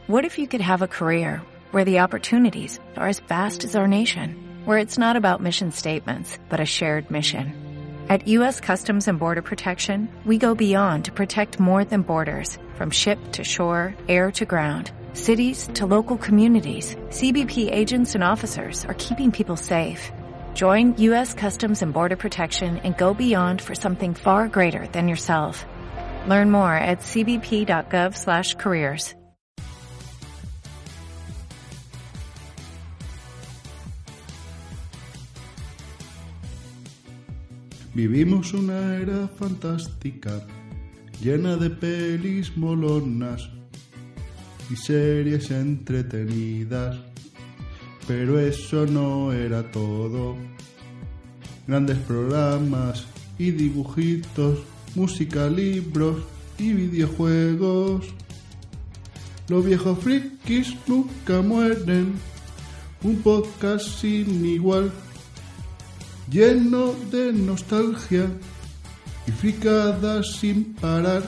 What if you could have a career where the opportunities are as vast as our nation, where it's not about mission statements, but a shared mission? At U.S. Customs and Border Protection, we go beyond to protect more than borders, from ship to shore, air to ground, cities to local communities. CBP agents and officers are keeping people safe. Join U.S. Customs and Border Protection and go beyond for something far greater than yourself. Learn more at cbp.gov/careers. Vivimos una era fantástica, llena de pelis molonas y series entretenidas, pero eso no era todo. Grandes programas y dibujitos, música, libros y videojuegos. Los viejos frikis nunca mueren, un podcast sin igual, lleno de nostalgia y fricadas sin parar.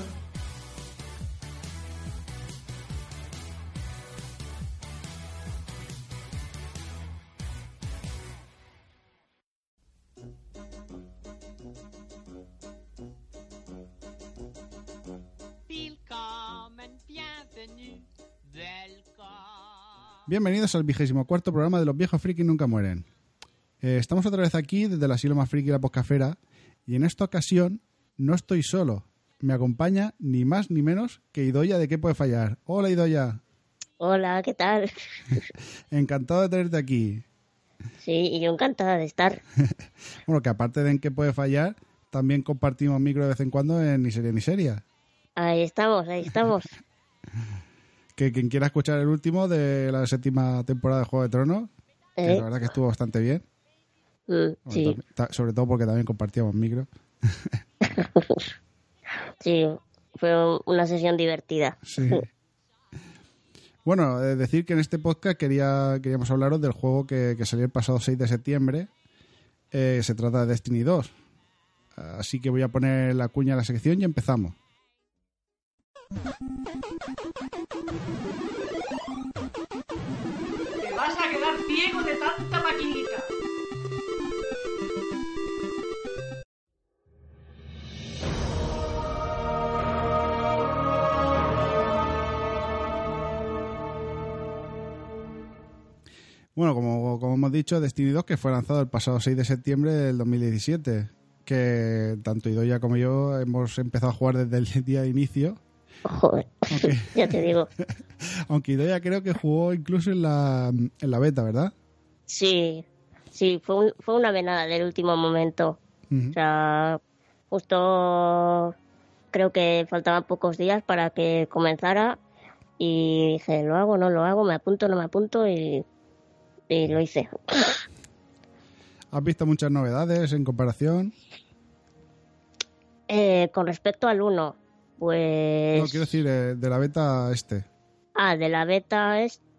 Bienvenidos al 24º programa de Los viejos frikis nunca mueren. Estamos otra vez aquí desde el asilo más friki, la Poscafera, y en esta ocasión no estoy solo. Me acompaña ni más ni menos que Idoia de ¿Qué puede fallar? Hola, Idoia. Hola, ¿qué tal? Encantado de tenerte aquí. Sí, y yo encantada de estar. Bueno, que aparte de en ¿Qué puede fallar, también compartimos micro de vez en cuando en Ni Serie Ni Seria. Ahí estamos, ahí estamos. Que quien quiera escuchar el último de la 7ª temporada de Juego de Tronos, que la verdad que estuvo bastante bien. Sí. Sobre todo porque también compartíamos micro. Sí, fue una sesión divertida. Sí. Bueno, decir que en este podcast queríamos hablaros del juego que salió el pasado 6 de septiembre. Se trata de Destiny 2. Así que voy a poner la cuña a la sección y empezamos. Te vas a quedar ciego de tanta maquinita. Bueno, como hemos dicho, Destiny 2, que fue lanzado el pasado 6 de septiembre del 2017, que tanto Idoia como yo hemos empezado a jugar desde el día de inicio. Joder, ya te digo. Aunque Idoia creo que jugó incluso en la beta, ¿verdad? Sí, fue una venada del último momento. O sea, justo creo que faltaban pocos días para que comenzara y dije, ¿lo hago, no lo hago? ¿Me apunto, no me apunto? Y lo hice. ¿Has visto muchas novedades en comparación? Con respecto al 1, pues... No, quiero decir, de la beta este. De la beta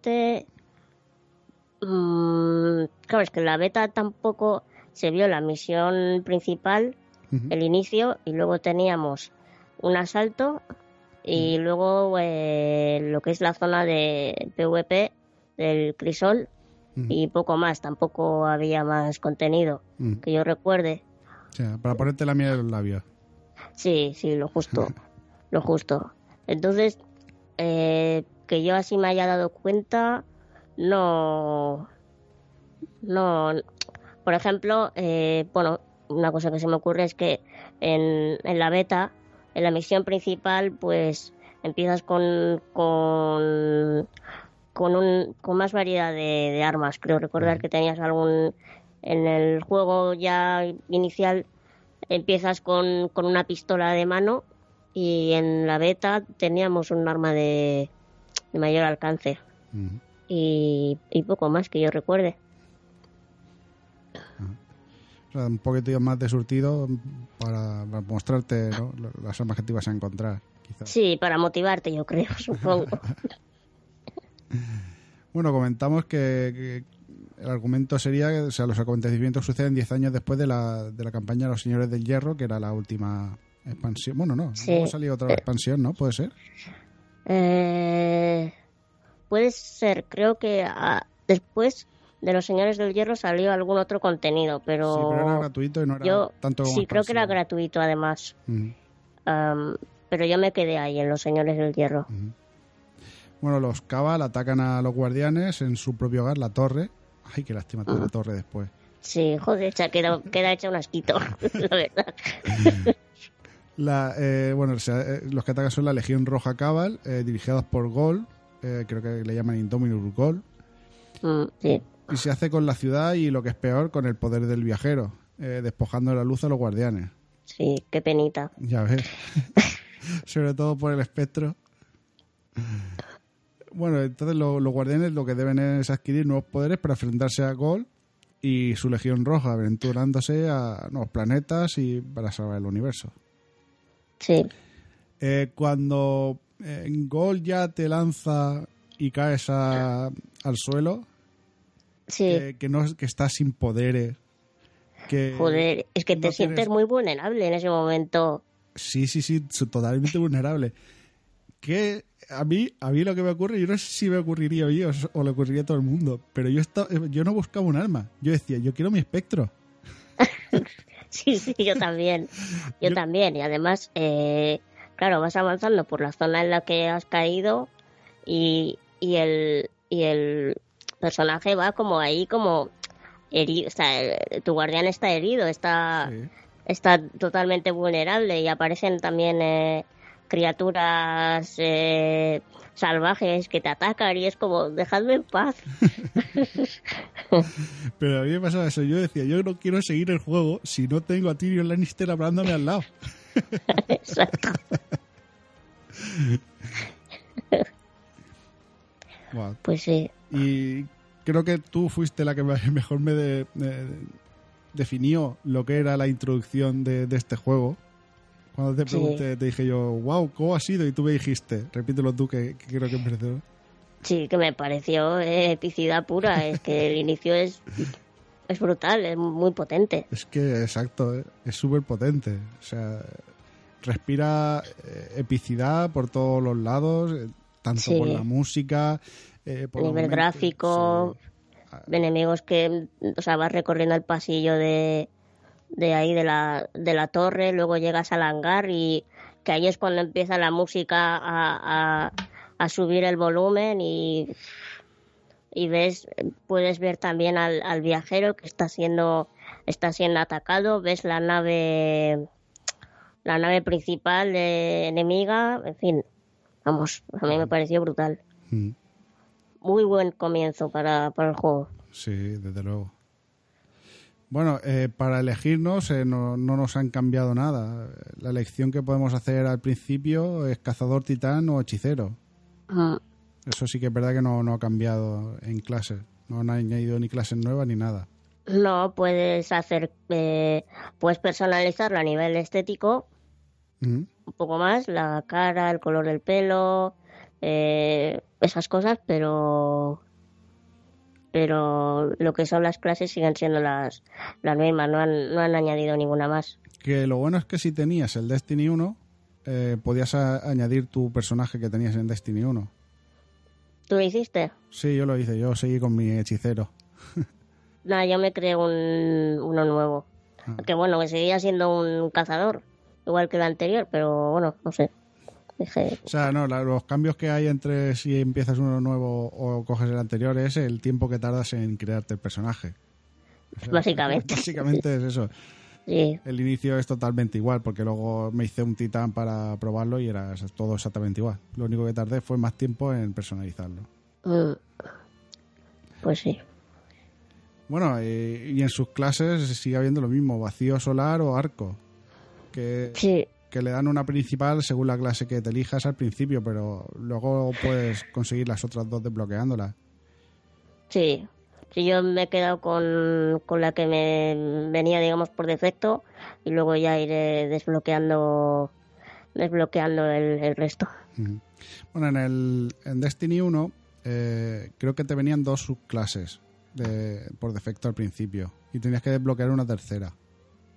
claro, es que en la beta tampoco se vio la misión principal, el inicio, y luego teníamos un asalto y luego lo que es la zona de PvP del Crisol y poco más. Tampoco había más contenido que yo recuerde. O sea, para ponerte la miel en los labios. Sí, lo justo. Lo justo. Entonces, que yo así me haya dado cuenta, no. Por ejemplo, bueno, una cosa que se me ocurre es que en la beta, en la misión principal, pues empiezas con más variedad de armas. Creo recordar que tenías algún... En el juego ya inicial empiezas con una pistola de mano y en la beta teníamos un arma de mayor alcance. Y poco más que yo recuerde. O sea, un poquito más de surtido para mostrarte, ¿no?, las armas que te ibas a encontrar, quizás. Sí, para motivarte, yo creo, supongo. Bueno, comentamos que el argumento sería, o sea, los acontecimientos suceden 10 años después de la campaña de los Señores del Hierro, que era la última expansión. Bueno, no, sí. Luego salió otra expansión, ¿no? ¿Puede ser? puede ser, creo que después de Los Señores del Hierro salió algún otro contenido, pero... Sí, pero era gratuito y no era tanto como sí, creo que era expansión. gratuito además. Ujú. Pero yo me quedé ahí en Los Señores del Hierro. Bueno, los Cabal atacan a los guardianes en su propio hogar, la torre. Ay, qué lástima tener la torre después. Sí, joder, queda hecha un asquito, la verdad. Los que atacan son la Legión Roja Cabal, dirigidos por Gol, creo que le llaman Indominus Gol. Sí. Y se hace con la ciudad y, lo que es peor, con el poder del viajero, despojando de la luz a los guardianes. Sí, qué penita. Ya ves. Sobre todo por el espectro. Bueno, entonces los guardianes lo que deben es adquirir nuevos poderes para enfrentarse a Gol y su Legión Roja, aventurándose a nuevos planetas y para salvar el universo. Sí. Cuando Gol ya te lanza y caes al suelo, Sí. que estás sin poderes. Joder, es que te sientes muy vulnerable en ese momento. Sí, totalmente vulnerable. Que a mí lo que me ocurre, yo no sé si me ocurriría a mí o le ocurriría a todo el mundo, pero yo no buscaba un arma. Yo decía, yo quiero mi espectro. Sí, yo también. Yo también. Y además, claro, vas avanzando por la zona en la que has caído y el personaje va como ahí, como herido. O sea, tu guardián está herido, está totalmente vulnerable y aparecen también criaturas salvajes que te atacan y es como, dejadme en paz. Pero a mí me pasaba eso, yo decía, yo no quiero seguir el juego si no tengo a Tyrion Lannister hablándome al lado. Exacto. Wow. Pues sí. Y creo que tú fuiste la que mejor me definió lo que era la introducción de este juego. Cuando te pregunté, te dije yo, wow, ¿cómo ha sido? Y tú me dijiste, repítelo tú, que creo que es merecedor. Sí, que me pareció epicidad pura. Es que el inicio es brutal, es muy potente. Es que, exacto, es súper potente. O sea, respira epicidad por todos los lados, tanto por la música, por a nivel gráfico, enemigos que, o sea, vas recorriendo el pasillo de ahí de la torre, luego llegas al hangar y que ahí es cuando empieza la música a subir el volumen y puedes ver también al viajero que está siendo atacado, ves la nave principal enemiga, en fin, vamos, a mí me pareció brutal. Muy buen comienzo para el juego. Sí, desde luego. Bueno, para elegirnos no nos han cambiado nada. La elección que podemos hacer al principio es cazador, titán o hechicero. Eso sí que es verdad que no ha cambiado en clases. No han añadido ni clases nuevas ni nada. No, puedes personalizarlo a nivel estético. Un poco más, la cara, el color del pelo, esas cosas, pero lo que son las clases siguen siendo las mismas, no han añadido ninguna más. Que lo bueno es que si tenías el Destiny 1, podías añadir tu personaje que tenías en Destiny 1. ¿Tú lo hiciste? Sí, yo lo hice, yo seguí con mi hechicero. No, yo me creé uno nuevo. Que bueno, que seguía siendo un cazador, igual que el anterior, pero bueno, no sé. Dije... O sea, no, los cambios que hay entre si empiezas uno nuevo o coges el anterior es el tiempo que tardas en crearte el personaje. O sea, básicamente. Básicamente es eso. Sí. El inicio es totalmente igual, porque luego me hice un titán para probarlo y era todo exactamente igual. Lo único que tardé fue más tiempo en personalizarlo. Pues sí. Bueno, y en sus clases sigue habiendo lo mismo, vacío solar o arco. Sí. Que le dan una principal según la clase que te elijas al principio, pero luego puedes conseguir las otras dos desbloqueándolas. Sí, yo me he quedado con la que me venía, digamos, por defecto y luego ya iré desbloqueando el resto. Bueno, en Destiny 1 creo que te venían dos subclases por defecto al principio y tenías que desbloquear una tercera.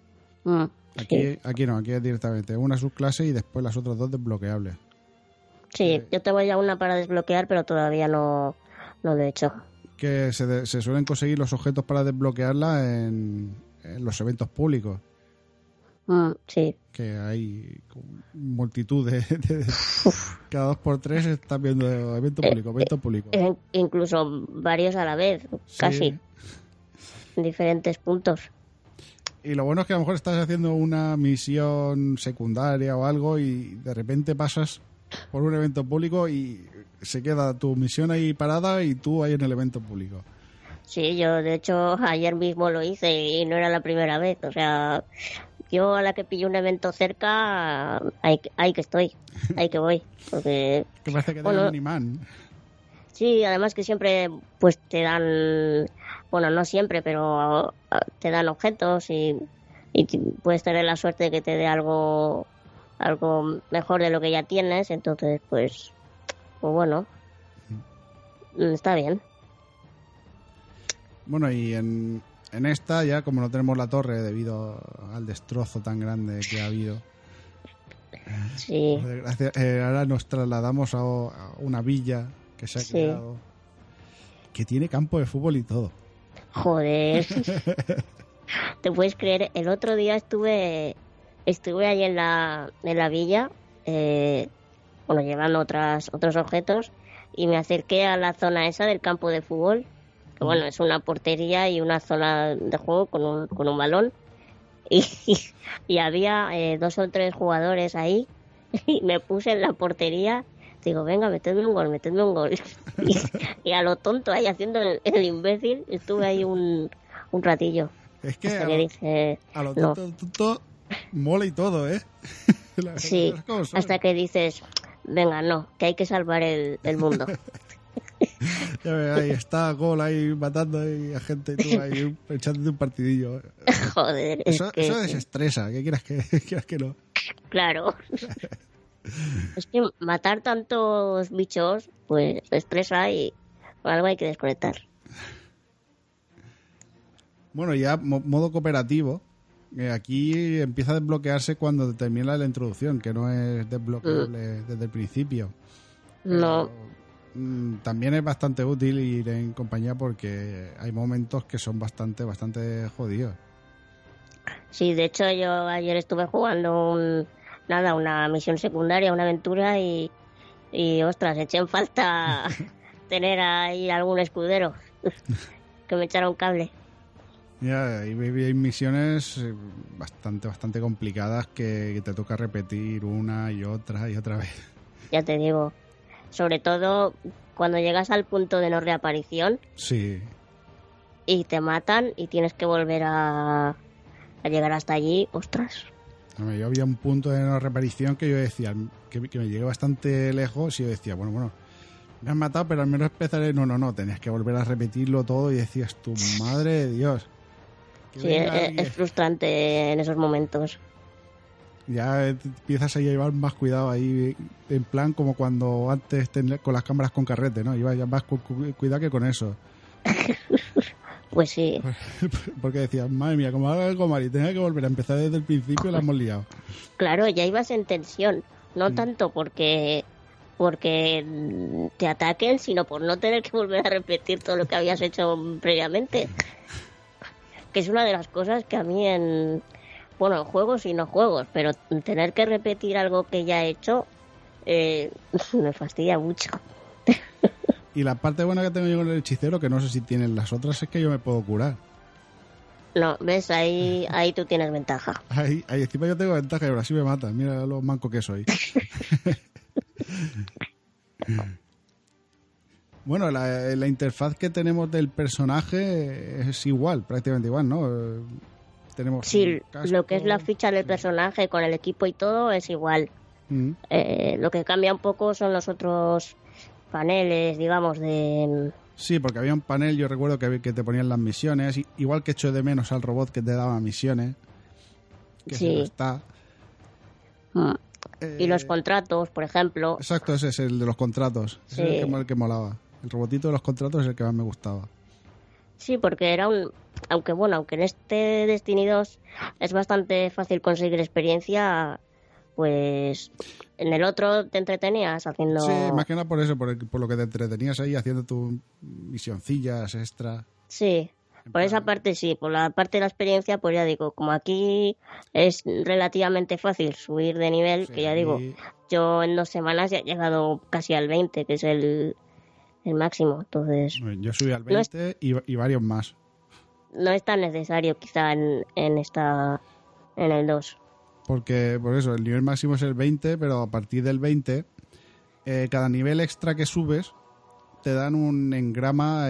Aquí no, aquí es directamente una subclase y después las otras dos desbloqueables. Sí, yo tengo ya una para desbloquear, pero todavía no lo he hecho. Que se suelen conseguir los objetos para desbloquearla en los eventos públicos. Sí. Que hay multitud de cada 2x3 estás viendo evento público. Incluso varios a la vez, Sí. casi. En diferentes puntos. Y lo bueno es que a lo mejor estás haciendo una misión secundaria o algo y de repente pasas por un evento público y se queda tu misión ahí parada y tú ahí en el evento público. Sí, yo de hecho ayer mismo lo hice y no era la primera vez. O sea, yo a la que pillo un evento cerca, ahí que estoy, ahí que voy. Porque, Que parece que tenga un imán. Sí, además que siempre pues te dan, bueno, no siempre, pero te dan objetos y puedes tener la suerte de que te dé algo mejor de lo que ya tienes. Entonces, pues bueno, está bien. Bueno, y en esta ya como no tenemos la torre debido al destrozo tan grande que ha habido, Sí. por desgracia, ahora nos trasladamos a una villa que se ha creado, que tiene campo de fútbol y todo. Joder. ¿Te puedes creer? El otro día estuve allí en la villa, llevando otros objetos, y me acerqué a la zona esa del campo de fútbol, que bueno, es una portería y una zona de juego con un balón, y había 2 o 3 jugadores ahí, y me puse en la portería. Digo, venga, metedme un gol. Y a lo tonto ahí haciendo el imbécil, estuve ahí un ratillo. Es que hasta que dije, a lo no. tonto mola y todo, ¿eh? Sí, hasta que dices, venga, no, que hay que salvar el mundo. Ya ves, ahí está, gol ahí matando ahí a gente y tú ahí echándote un partidillo. Joder, Eso desestresa, ¿qué quieras que no? Claro. Es que matar tantos bichos, pues estresa y por algo hay que desconectar. Bueno, ya modo cooperativo. Aquí empieza a desbloquearse cuando termina la introducción, que no es desbloqueable desde el principio. No. Pero, también es bastante útil ir en compañía porque hay momentos que son bastante jodidos. Sí, de hecho yo ayer estuve jugando una misión secundaria, una aventura y ostras, eché en falta tener ahí algún escudero que me echara un cable. Ya, hay misiones bastante complicadas que te toca repetir una y otra vez. Ya te digo, sobre todo cuando llegas al punto de no reaparición. Sí. Y te matan y tienes que volver a llegar hasta allí, ostras. Yo había un punto de no reaparición que yo decía, que me llegué bastante lejos y yo decía, bueno, me han matado, pero al menos empezaré. No, tenías que volver a repetirlo todo y decías, tu madre de Dios. Sí, es frustrante en esos momentos. Ya empiezas a llevar más cuidado ahí, en plan como cuando antes con las cámaras con carrete, ¿no? Ibas ya más cuidado que con eso. Pues sí. Porque decías, madre mía, como haga algo mal y tenga que volver a empezar desde el principio, la hemos liado. Claro, ya ibas en tensión. No tanto porque te ataquen, sino por no tener que volver a repetir todo lo que habías hecho previamente. Que es una de las cosas que a mí en juegos y no juegos, pero tener que repetir algo que ya he hecho me fastidia mucho. Y la parte buena que tengo yo con el hechicero, que no sé si tienen las otras, es que yo me puedo curar. No, ves, ahí tú tienes ventaja. Ahí encima yo tengo ventaja y ahora sí me matan. Mira lo manco que soy. Bueno, la interfaz que tenemos del personaje es igual, prácticamente igual, ¿no? Tenemos sí, lo que es la ficha del personaje con el equipo y todo es igual. Lo que cambia un poco son los otros paneles, digamos, de... Sí, porque había un panel, yo recuerdo que te ponían las misiones, igual que echo de menos al robot que te daba misiones, que sí. no está. Y los contratos, por ejemplo. Exacto, ese es el de los contratos. Sí. Ese es el que molaba. El robotito de los contratos es el que más me gustaba. Sí, porque era aunque en este Destiny 2 es bastante fácil conseguir experiencia, pues en el otro te entretenías haciendo... Sí, más que nada por eso, por lo que te entretenías ahí haciendo tus misioncillas extra. Sí, por esa parte sí, por la parte de la experiencia, pues ya digo, como aquí es relativamente fácil subir de nivel, Sí. que ya digo, yo en 2 semanas ya he llegado casi al 20, que es el máximo, entonces Yo subí al 20 y varios más. no es tan necesario quizá en el 2. Porque, por eso, el nivel máximo es el 20, pero a partir del 20, cada nivel extra que subes te dan un engrama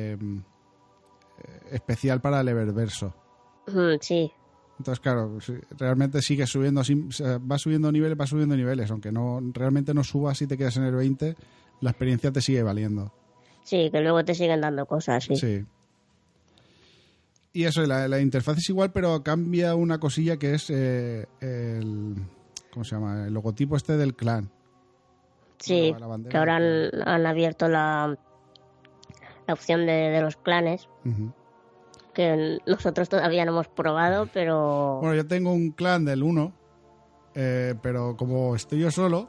especial para el Eververso. Sí, Entonces, claro, realmente sigues subiendo, vas subiendo niveles, aunque no realmente no subas y te quedas en el 20, la experiencia te sigue valiendo. sí, que luego te siguen dando cosas, sí. Sí. Y eso, la interfaz es igual, pero cambia una cosilla que es ¿cómo se llama? El logotipo este del clan. Sí, La bandera que ahora del clan. han abierto la opción de los clanes, Ujú. que nosotros todavía no hemos probado, pero... Bueno, yo tengo un clan del 1, pero como estoy yo solo,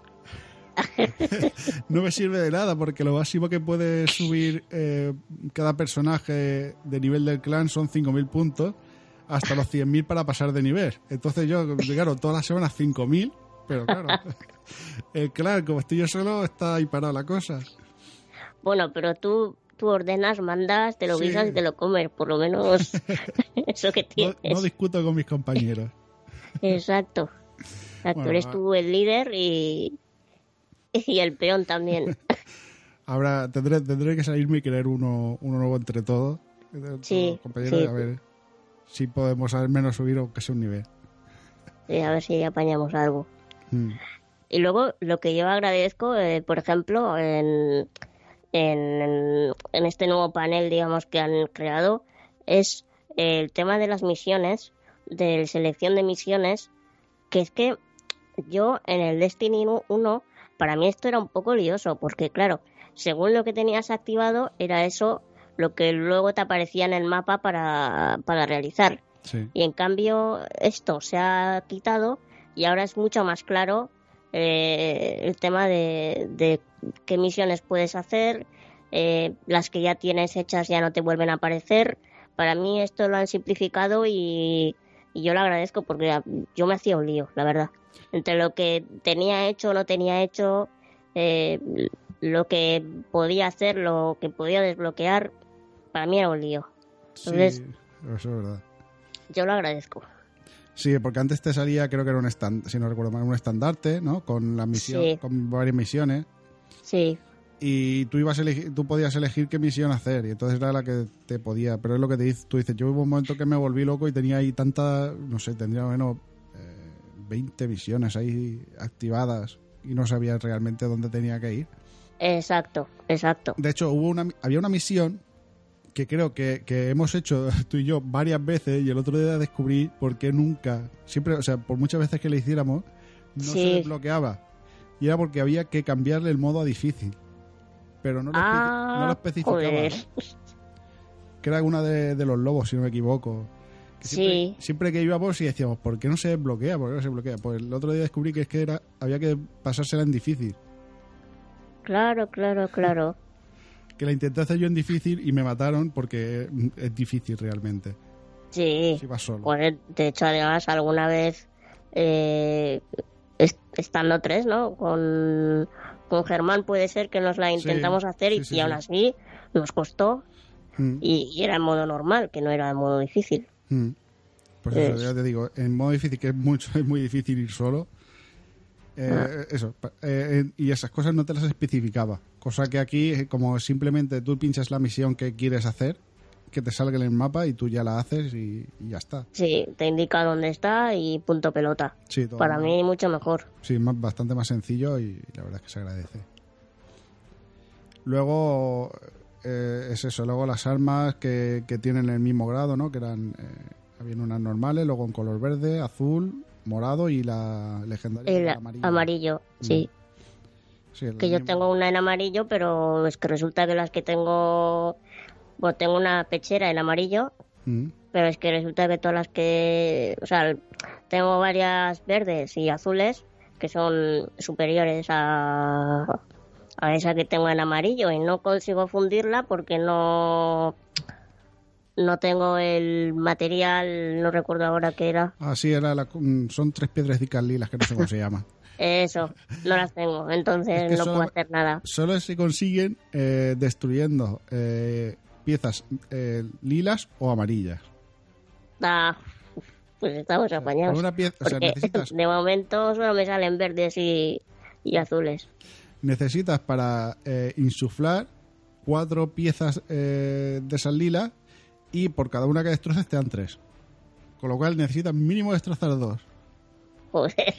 no me sirve de nada, porque lo máximo que puede subir cada personaje de nivel del clan son 5.000 puntos, hasta los 100.000 para pasar de nivel. Entonces yo, claro, todas las semanas 5.000, pero claro, el clan, como estoy yo solo, está ahí parada la cosa. Bueno, pero tú ordenas, mandas, te lo Sí. guisas y te lo comes, por lo menos eso que No, tienes. no discuto con mis compañeros. Exacto. Bueno, Eres tú el líder y el peón también. Ahora tendré que salirme y crear uno nuevo entre todos. Sí, Los compañeros, sí. a ver si podemos al menos subir aunque sea un nivel. Sí, a ver si apañamos algo. Mm. Y luego, lo que yo agradezco, por ejemplo, en este nuevo panel, digamos, que han creado, es el tema de las misiones, de selección de misiones, que es que yo en el Destiny 1, para mí esto era un poco lioso, porque claro, según lo que tenías activado, era eso lo que luego te aparecía en el mapa para realizar. Sí. Y en cambio esto se ha quitado y ahora es mucho más claro el tema de qué misiones puedes hacer, las que ya tienes hechas ya no te vuelven a aparecer. Para mí esto lo han simplificado y yo lo agradezco porque yo me hacía un lío, la verdad. Entre lo que tenía hecho o no tenía hecho, lo que podía hacer, lo que podía desbloquear, para mí era un lío. Entonces, Sí, eso es verdad. yo lo agradezco. Sí, porque antes te salía, creo que era si no recuerdo mal, un estandarte, ¿no? Con la misión, Sí. con varias misiones. Sí, Y tú podías elegir qué misión hacer, y entonces era la que te podía. Pero es lo que tú dices, yo hubo un momento que me volví loco y tenía ahí no sé, tendría menos 20 misiones ahí activadas y no sabía realmente dónde tenía que ir. exacto. De hecho, había una misión que creo que hemos hecho tú y yo varias veces, y el otro día descubrí por qué siempre, o sea, por muchas veces que le hiciéramos, no se Sí. desbloqueaba. Y era porque había que cambiarle el modo a difícil. Pero no lo especificaba. Joder. Que era una de los lobos, si no me equivoco. Que Sí. Siempre que íbamos y decíamos, ¿por qué no se desbloquea? ¿Por qué no se bloquea? Pues el otro día descubrí que es que había que pasársela en difícil. Claro. Que la intenté hacer yo en difícil y me mataron porque es difícil realmente. Sí. Si vas solo. Joder, de hecho, además, alguna vez, estando 3, ¿no? Con Germán puede ser que nos la intentamos hacer y aún así nos costó. Y era en modo normal, que no era en modo difícil. Pues eso, ya te digo, en modo difícil, que es muy difícil ir solo. Y esas cosas no te las especificaba. Cosa que aquí, como simplemente tú pinchas la misión que quieres hacer, que te salga en el mapa y tú ya la haces y ya está. Sí, te indica dónde está y punto pelota. Sí, todo Para mí mucho mejor. Sí, bastante más sencillo y la verdad es que se agradece. Luego es eso, luego las armas que tienen el mismo grado, ¿no? Que eran habían unas normales, luego en color verde, azul, morado y la legendaria El amarillo, sí. Sí, Que yo tengo una en amarillo, pero es que resulta que las que tengo... Bueno, tengo una pechera en amarillo, pero es que resulta que todas las que... O sea, tengo varias verdes y azules, que son superiores a esa que tengo en amarillo, y no consigo fundirla porque no tengo el material, no recuerdo ahora qué era. Ah, sí, son 3 piedrecitas lilas que no sé cómo se llaman. Eso, no las tengo, entonces Es que no puedo hacer nada. Solo se consiguen destruyendo piezas lilas o amarillas. Pues estamos apañados. Por una pieza, o sea, porque necesitas, de momento solo me salen verdes y azules. necesitas para insuflar 4 piezas de esas lilas y por cada una que destroces te dan 3. Con lo cual necesitas mínimo destrozar 2. Joder.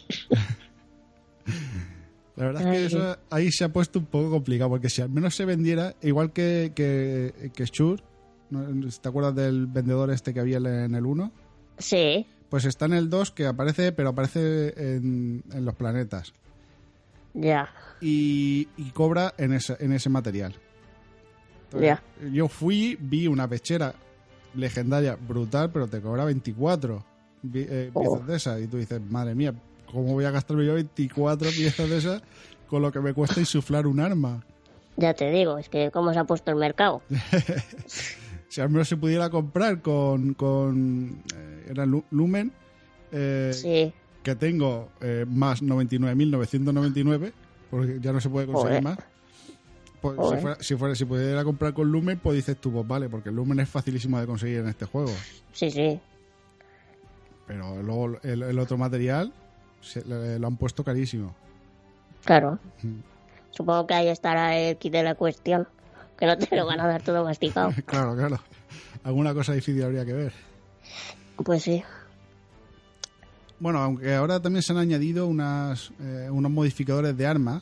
La verdad es que eso ahí se ha puesto un poco complicado, porque si al menos se vendiera, igual que Shure, ¿no? ¿Te acuerdas del vendedor este que había en el 1? Sí. Pues está en el 2 que aparece, pero aparece en los planetas. Ya. Y cobra en ese material. Entonces, Ya. yo vi una pechera legendaria brutal, pero te cobra 24 piezas de esas. Y tú dices, madre mía, ¿cómo voy a gastarme yo 24 piezas de esas con lo que me cuesta insuflar un arma? Ya te digo, es que cómo se ha puesto el mercado. Si al menos se pudiera comprar con era Lumen, Sí. que tengo más 99.999, porque ya no se puede conseguir Joder. más. Pues, Joder. si pudiera comprar con Lumen, pues dices tú, pues vale, porque el Lumen es facilísimo de conseguir en este juego. Sí, sí. Pero luego el otro material lo han puesto carísimo. Claro. Supongo que ahí estará el kit de la cuestión. Que no te lo van a dar todo masticado. Claro. Alguna cosa difícil habría que ver. Pues sí. Bueno, aunque ahora también se han añadido unos modificadores de armas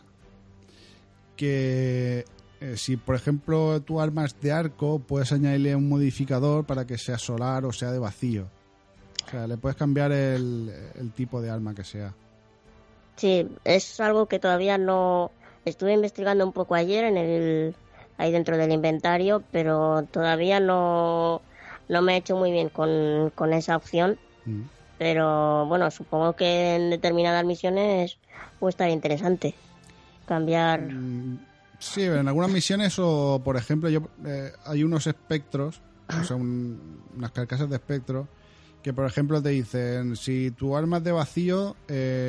que si por ejemplo tu arma es de arco, puedes añadirle un modificador para que sea solar o sea de vacío. O sea, le puedes cambiar el tipo de arma que sea. Sí, es algo que todavía no... Estuve investigando un poco ayer ahí dentro del inventario, pero todavía no me he hecho muy bien con esa opción. Pero bueno, supongo que en determinadas misiones puede estar interesante cambiar. Sí, en algunas misiones o por ejemplo hay unos espectros, o sea, unas carcasas de espectros que por ejemplo te dicen si tu arma es de vacío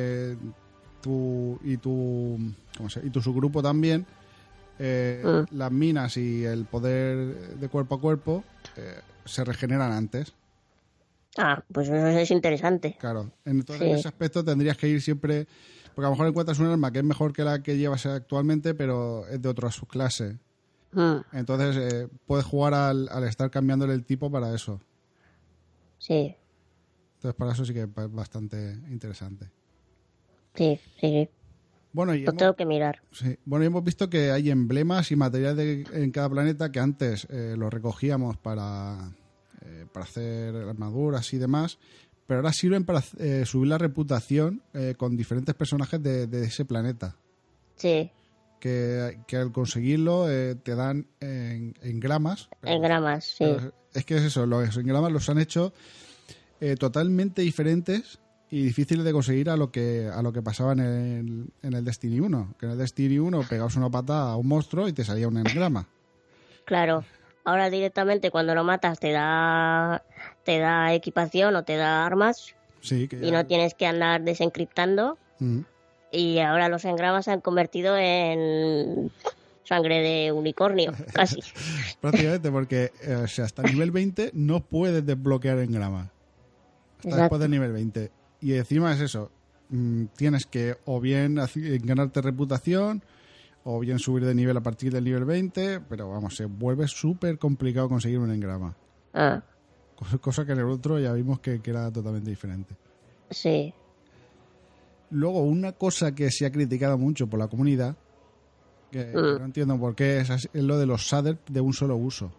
y tu subgrupo también, las minas y el poder de cuerpo a cuerpo se regeneran antes. Pues eso es interesante. Claro, entonces en ese aspecto tendrías que ir siempre, porque a lo mejor encuentras un arma que es mejor que la que llevas actualmente, pero es de otra subclase. Entonces puedes jugar al estar cambiándole el tipo para eso. Sí. Entonces para eso sí que es bastante interesante. Sí. Bueno, Lo tengo que mirar. Sí. Bueno, y hemos visto que hay emblemas y materiales en cada planeta que antes los recogíamos para hacer armaduras y demás, pero ahora sirven para subir la reputación con diferentes personajes de ese planeta. Sí. Que al conseguirlo te dan en gramas. En gramas, sí. Es que es eso, los engramas los han hecho totalmente diferentes y difíciles de conseguir a lo que pasaba en el Destiny 1. Que en el Destiny 1 pegabas una patada a un monstruo y te salía un engrama. Claro. Ahora directamente cuando lo matas te da equipación o te da armas. Sí, y no tienes que andar desencriptando. Y ahora los engramas se han convertido en sangre de unicornio, casi. Prácticamente, porque hasta nivel 20 no puedes desbloquear engramas. Hasta después del nivel 20. Y encima es eso. Tienes que o bien ganarte reputación o bien subir de nivel a partir del nivel 20, pero vamos, se vuelve súper complicado conseguir un engrama. Cosa que en el otro ya vimos que era totalmente diferente. Sí. Luego, una cosa que se ha criticado mucho por la comunidad, que no entiendo por qué, es lo de los shaders de un solo uso.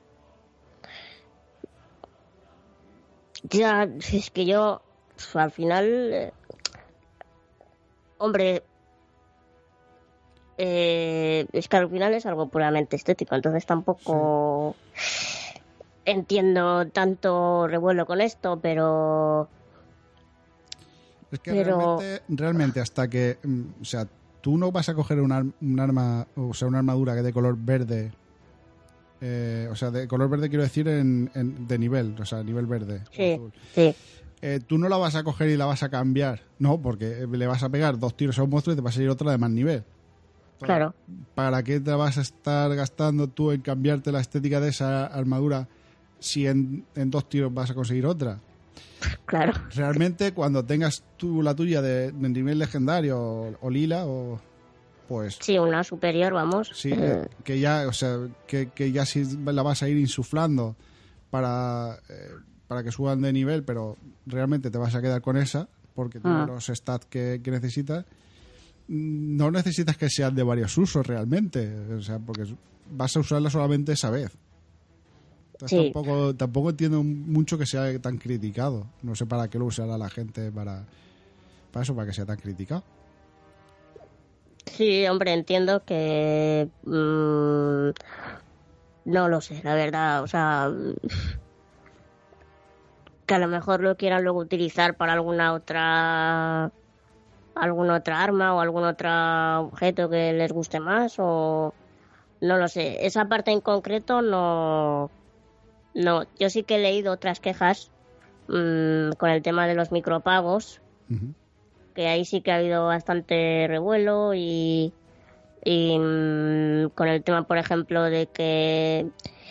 Ya, es que yo, al final, hombre, es que al final es algo puramente estético, entonces tampoco entiendo tanto revuelo con esto, pero Es que Pero... realmente hasta que... O sea, tú no vas a coger un arma, o sea, una armadura que de color verde... o sea, de color verde quiero decir de nivel, o sea, nivel verde. Sí, azul. sí. Tú no la vas a coger y la vas a cambiar, no, porque le vas a pegar 2 tiros a un monstruo y te va a salir otra de más nivel. Claro. ¿Para qué te vas a estar gastando tú en cambiarte la estética de esa armadura si en 2 tiros vas a conseguir otra? Claro. Realmente cuando tengas tú la tuya de nivel legendario o lila o pues Sí, una superior, vamos. sí, que ya, o sea, que ya sí la vas a ir insuflando para que suban de nivel, pero realmente te vas a quedar con esa porque tiene los stats que necesitas. No necesitas que sean de varios usos realmente, o sea, porque vas a usarla solamente esa vez. Entonces, Sí. tampoco entiendo mucho que sea tan criticado. No sé para qué lo usará la gente para eso, para que sea tan criticado. Sí, hombre, entiendo que... no lo sé, la verdad, o sea... Que a lo mejor lo quieran luego utilizar para alguna otra arma o algún otro objeto que les guste más o... No lo sé, esa parte en concreto no... No, yo sí que he leído otras quejas con el tema de los micropagos, Uh-huh. que ahí sí que ha habido bastante revuelo y con el tema, por ejemplo, de que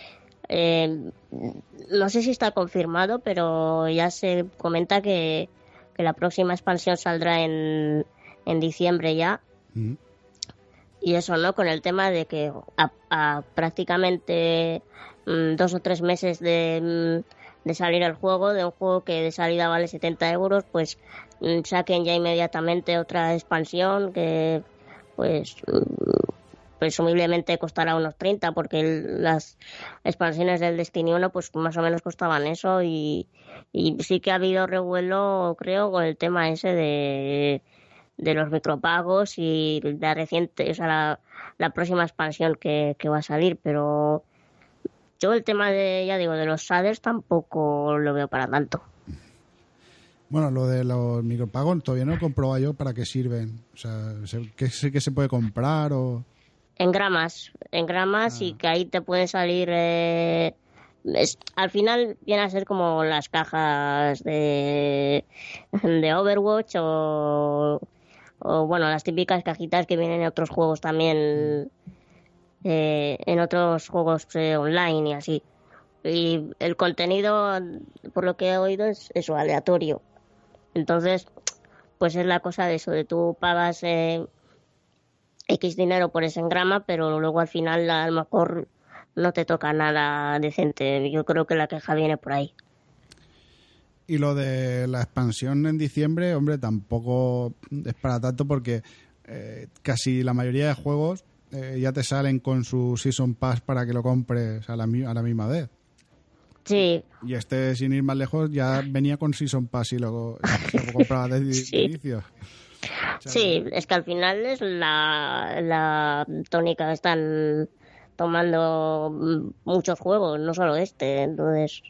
no sé si está confirmado, pero ya se comenta que la próxima expansión saldrá en diciembre ya. Uh-huh. Y eso, ¿no? Con el tema de que a prácticamente 2 o 3 meses de salir el juego, de un juego que de salida vale 70 euros, pues saquen ya inmediatamente otra expansión que pues presumiblemente costará unos 30, porque las expansiones del Destiny 1 pues más o menos costaban eso y sí que ha habido revuelo, creo, con el tema ese de los micropagos y la reciente, o sea, la próxima expansión que va a salir, pero yo el tema de, ya digo, de los shaders tampoco lo veo para tanto. Bueno, lo de los micropagos todavía no he comprobado yo para qué sirven. O sea, ¿qué se puede comprar o...? En gramas y que ahí te pueden salir... al final viene a ser como las cajas de Overwatch o bueno, las típicas cajitas que vienen en otros juegos también, en otros juegos online y así. Y el contenido, por lo que he oído, es eso, aleatorio. Entonces, pues es la cosa de eso, de tú pagas X dinero por ese engrama, pero luego al final a lo mejor no te toca nada decente. Yo creo que la queja viene por ahí. Y lo de la expansión en diciembre, hombre, tampoco es para tanto porque casi la mayoría de juegos ya te salen con su Season Pass para que lo compres a la misma vez. Sí. Y sin ir más lejos, ya venía con Season Pass y luego lo compraba de inicio. O sea, sí, es que al final es la tónica que están tomando muchos juegos, no solo este. Entonces,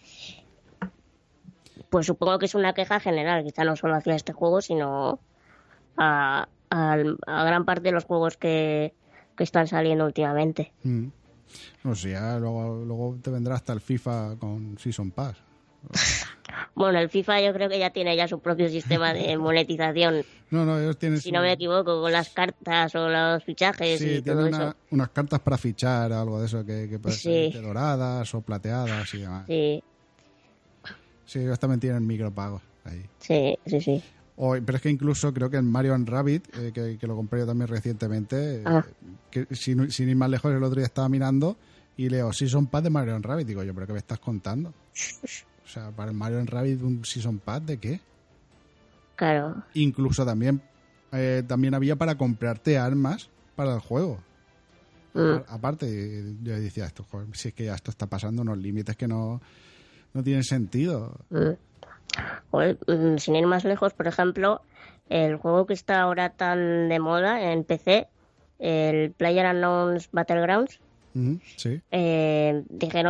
pues supongo que es una queja general, quizá no solo hacia este juego, sino a gran parte de los juegos que están saliendo últimamente. No sé, ya luego te vendrá hasta el FIFA con Season Pass. Bueno, el FIFA yo creo que ya tiene ya su propio sistema de monetización. No, ellos tienen si no me equivoco, con las cartas o los fichajes sí, y todo eso. Unas cartas para fichar, algo de eso, que pueden ser doradas o plateadas y demás. Sí. Sí, ellos también tienen micropagos ahí. Sí. Pero es que incluso creo que en Mario & Rabbids, que lo compré yo también recientemente, que sin ir más lejos, el otro día estaba mirando y leo Season Pass de Mario & Rabbids. Digo yo, ¿pero qué me estás contando? O sea, para el Mario & Rabbids un Season Pass ¿de qué? Claro. Incluso también había para comprarte armas para el juego. Aparte, yo decía, esto, joder, si es que ya esto está pasando unos límites que no tienen sentido. Joder, sin ir más lejos, por ejemplo, el juego que está ahora tan de moda en PC, el PlayerUnknown's Battlegrounds, Sí. dijeron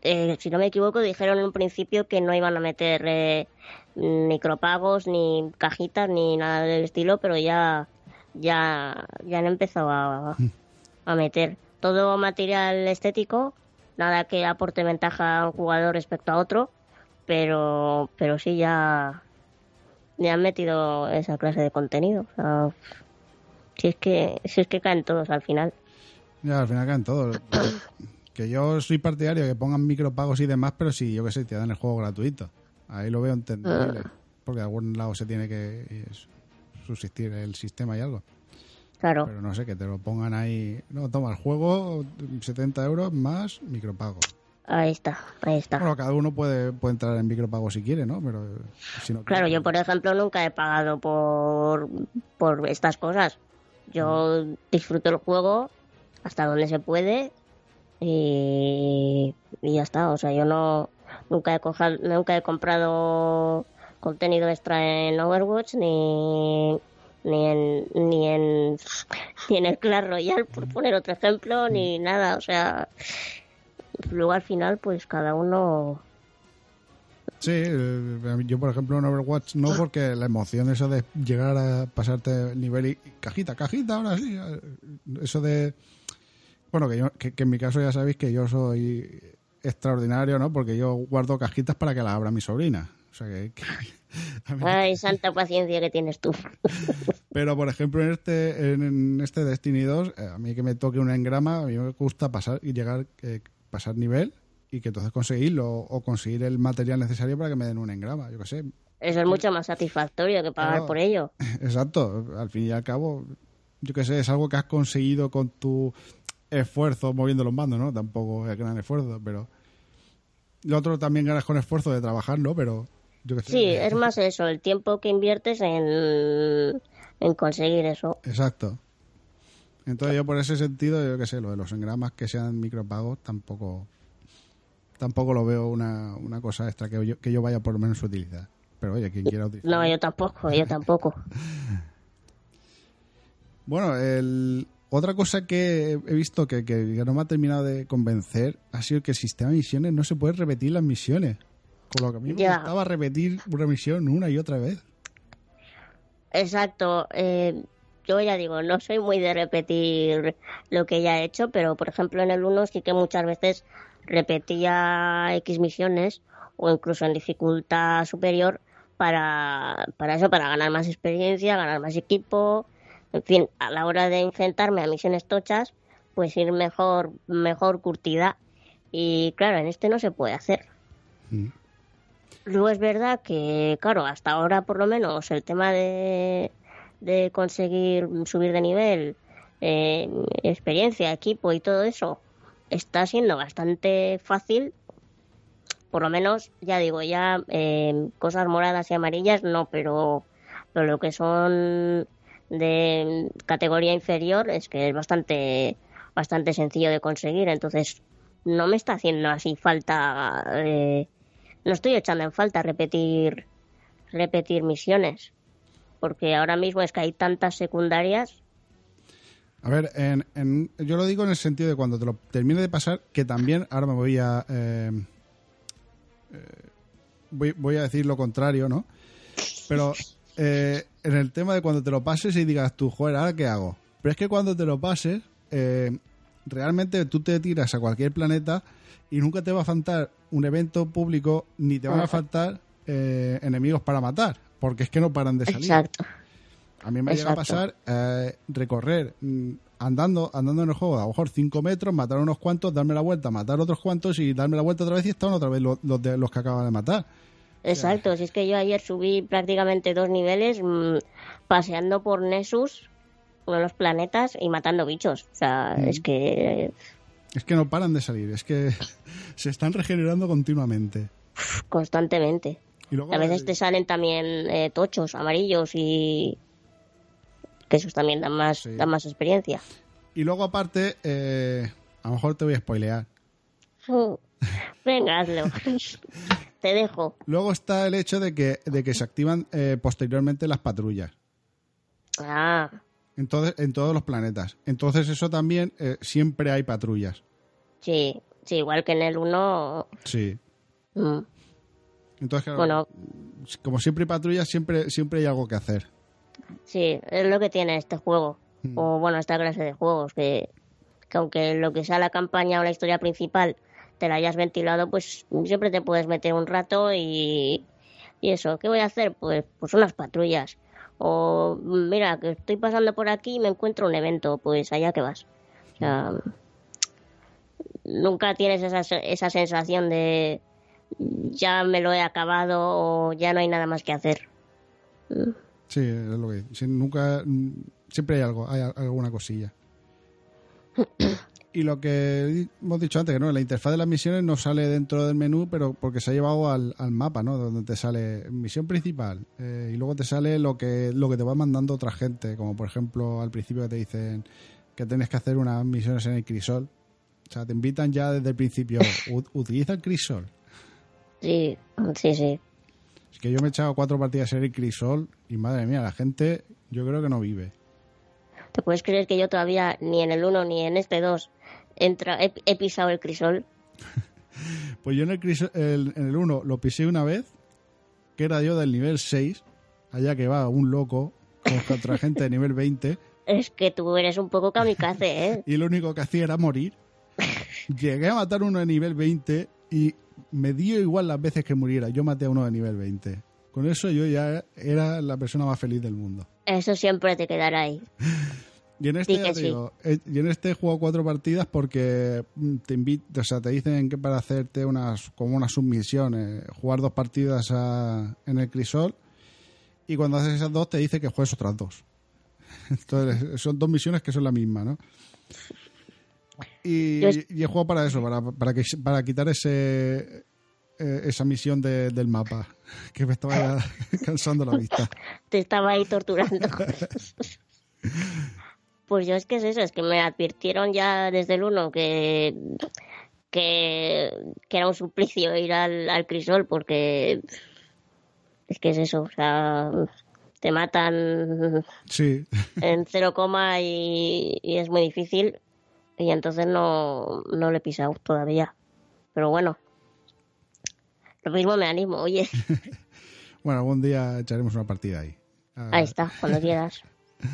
si no me equivoco, dijeron en un principio que no iban a meter micropagos, ni cajitas, ni nada del estilo, pero ya han empezado a meter todo material estético, nada que aporte ventaja a un jugador respecto a otro, pero sí ya han metido esa clase de contenido. O sea, si es que caen todos al final. Ya, al final caen todos. Que yo soy partidario de que pongan micropagos y demás, pero si, yo qué sé, te dan el juego gratuito. Ahí lo veo entendible. Porque de algún lado se tiene que subsistir el sistema y algo. Claro. Pero no sé, que te lo pongan ahí. No, toma el juego, 70 euros más micropago. Ahí está. Bueno, cada uno puede entrar en micropago si quiere, ¿no? Pero si no Claro, quiere, yo por ejemplo nunca he pagado por estas cosas. Yo disfruto el juego hasta donde se puede y ya está. O sea, yo nunca he comprado contenido extra en Overwatch ni en el Clash Royale, por poner otro ejemplo, ni nada. O sea, luego al final pues cada uno... Sí, yo por ejemplo en Overwatch no, porque la emoción esa de llegar a pasarte el nivel y cajita, ahora sí, eso de... Bueno, que en mi caso ya sabéis que yo soy extraordinario, ¿no? Porque yo guardo cajitas para que las abra mi sobrina. O sea que Ay, santa paciencia que tienes tú. Pero por ejemplo en este Destiny 2, a mí que me toque un engrama, a mí me gusta pasar nivel y que entonces conseguirlo o conseguir el material necesario para que me den un engrama, yo qué sé. Eso es mucho más satisfactorio que pagar por ello. Exacto, al fin y al cabo, yo qué sé, es algo que has conseguido con tu esfuerzo moviendo los mandos, ¿no? Tampoco es gran esfuerzo, pero lo otro también ganas con esfuerzo de trabajar, ¿no? Pero yo qué sé. Sí, es más eso, el tiempo que inviertes en conseguir eso. Exacto. Entonces yo por ese sentido, yo qué sé, lo de los engramas que sean micropagos tampoco lo veo una cosa extra que yo vaya por lo menos a utilizar. Pero oye, quien quiera utilizar. No, yo tampoco. Bueno, otra cosa que he visto que no me ha terminado de convencer ha sido que el sistema de misiones no se puede repetir las misiones. Con lo que a mí me gustaba repetir una misión una y otra vez. Exacto. Yo ya digo, no soy muy de repetir lo que ya he hecho, pero por ejemplo en el 1 sí que muchas veces repetía X misiones o incluso en dificultad superior para ganar más experiencia, ganar más equipo, en fin, a la hora de enfrentarme a misiones tochas, pues ir mejor curtida. Y claro, en este no se puede hacer. Luego es verdad que, claro, hasta ahora por lo menos el tema de conseguir subir de nivel, experiencia, equipo y todo eso está siendo bastante fácil. Por lo menos, ya digo, cosas moradas y amarillas no, pero lo que son de categoría inferior es que es bastante sencillo de conseguir. Entonces no me está haciendo así falta, no estoy echando en falta repetir misiones, porque ahora mismo es que hay tantas secundarias. A ver, yo lo digo en el sentido de cuando te lo termine de pasar, que también ahora me voy a voy a decir lo contrario, ¿no? Pero en el tema de cuando te lo pases y digas tú, joder, ¿ahora qué hago? Pero es que cuando te lo pases, realmente tú te tiras a cualquier planeta y nunca te va a faltar un evento público ni te van a faltar enemigos para matar, porque es que no paran de salir. Exacto. A mí me llega a pasar recorrer andando en el juego a lo mejor 5 metros, matar unos cuantos, darme la vuelta, matar otros cuantos y darme la vuelta otra vez y estaban otra vez los que acaban de matar. Exacto, o sea, si es que yo ayer subí prácticamente 2 niveles paseando por Nessus, uno de los planetas, y matando bichos. O sea, es que no paran de salir, es que se están regenerando continuamente. Constantemente. Y luego, a veces te salen también tochos, amarillos y que esos también dan más experiencia. Y luego aparte, a lo mejor te voy a spoilear. Venga, hazlo. Te dejo. Luego está el hecho de que se activan posteriormente las patrullas. Entonces, en todos los planetas. Entonces eso también siempre hay patrullas. Sí. Sí, igual que en el 1. Sí. Entonces, claro, Bueno, como siempre hay patrullas, siempre hay algo que hacer. sí, es lo que tiene este juego. O bueno, esta clase de juegos, que aunque lo que sea la campaña o la historia principal te la hayas ventilado, pues siempre te puedes meter un rato y eso. ¿Qué voy a hacer? Pues unas patrullas. O mira, que estoy pasando por aquí y me encuentro un evento, pues allá que vas. O sea, nunca tienes esa sensación de ya me lo he acabado o ya no hay nada más que hacer. Sí, es lo que sí, siempre hay algo, hay alguna cosilla. Y lo que hemos dicho antes, que no, la interfaz de las misiones no sale dentro del menú, pero porque se ha llevado al mapa, ¿no? Donde te sale misión principal y luego te sale lo que te va mandando otra gente, como por ejemplo al principio que te dicen que tienes que hacer unas misiones en el crisol. O sea, te invitan ya desde el principio, utiliza el crisol. Sí. Es que yo me he echado 4 partidas en el crisol y madre mía, la gente yo creo que no vive. ¿Te puedes creer que yo todavía ni en el 1 ni en este 2 he pisado el crisol? Pues yo en el 1 lo pisé una vez, que era yo del nivel 6, allá que va un loco contra gente de nivel 20. Es que tú eres un poco kamikaze, ¿eh? Y lo único que hacía era morir. Llegué a matar uno de nivel 20 y me dio igual las veces que muriera. Yo maté a uno de nivel 20. Con eso yo ya era la persona más feliz del mundo. Eso siempre te quedará ahí. Y en este, Sí que sí. y en este he jugado 4 partidas porque te dicen que para hacerte como unas submisiones, jugar 2 partidas en el crisol, y cuando haces esas 2 te dice que juegues otras 2. Entonces son 2 misiones que son la misma, ¿no? Y he jugado para eso, para quitar esa misión del mapa, que me estaba ya cansando la vista. Te estaba ahí torturando. Pues yo es que es eso, es que me advirtieron ya desde el 1 que era un suplicio ir al crisol, porque es que es eso, o sea, te matan Sí. en 0, y es muy difícil, y entonces no le he pisado todavía. Pero bueno, lo mismo me animo, oye. Bueno, algún día echaremos una partida ahí. Ahí está, cuando quieras.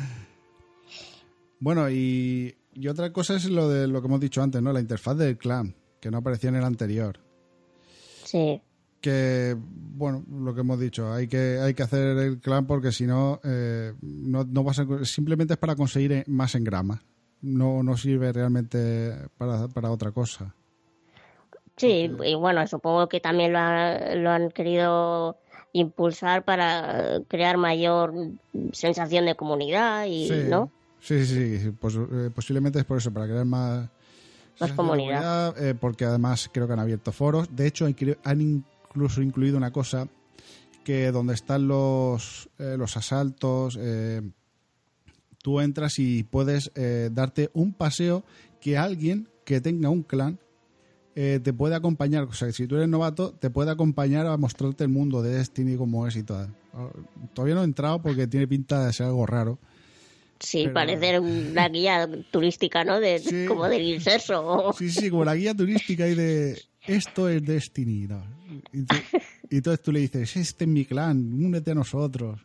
Bueno, y otra cosa es lo que hemos dicho antes, ¿no? La interfaz del clan, que no aparecía en el anterior. Sí. Que, bueno, lo que hemos dicho, hay que hacer el clan porque si no, no vas simplemente es para conseguir más engramas. No sirve realmente para otra cosa. Sí, y bueno, supongo que también lo han querido impulsar para crear mayor sensación de comunidad y, Sí. ¿no? Sí, pues, posiblemente es por eso, para crear más comunidad. Porque además creo que han abierto foros. De hecho, han incluso incluido una cosa que donde están los asaltos, tú entras y puedes darte un paseo que alguien que tenga un clan te puede acompañar. O sea, si tú eres novato, te puede acompañar a mostrarte el mundo de Destiny como es y todo. Todavía no he entrado porque tiene pinta de ser algo raro. Sí, pero... parece una guía turística, ¿no? Sí. Como del inserso. Sí, como la guía turística y de esto es Destiny, ¿no? Y entonces tú le dices, este es mi clan, únete a nosotros.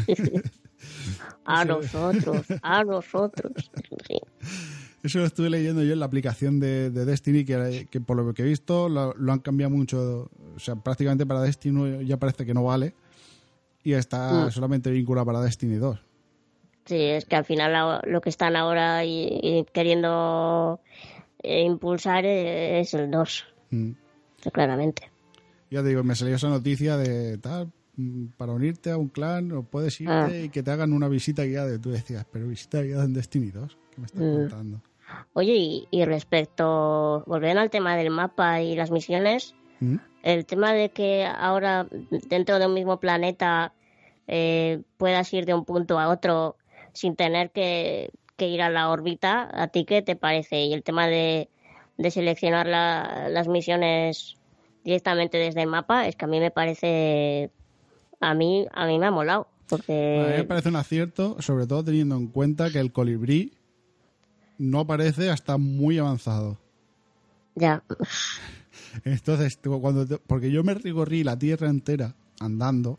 A nosotros. Sí. Eso lo estuve leyendo yo en la aplicación de Destiny, que por lo que he visto lo han cambiado mucho. O sea, prácticamente para Destiny ya parece que no vale y está solamente vinculado para Destiny 2. Sí, es que al final lo que están ahora y queriendo impulsar es el 2. Claramente. Ya te digo, me salió esa noticia de tal, para unirte a un clan o puedes irte y que te hagan una visita guiada. Y tú decías, pero visita guiada en Destiny 2, ¿qué me estás contando? Oye, y respecto, volviendo al tema del mapa y las misiones, el tema de que ahora dentro de un mismo planeta puedas ir de un punto a otro sin tener que ir a la órbita, ¿a ti qué te parece? Y el tema de seleccionar las misiones directamente desde el mapa, es que a mí me parece, a mí me ha molado, porque... A mí me parece un acierto, sobre todo teniendo en cuenta que el colibrí no aparece hasta muy avanzado. Ya. Entonces, porque yo me recorrí la tierra entera andando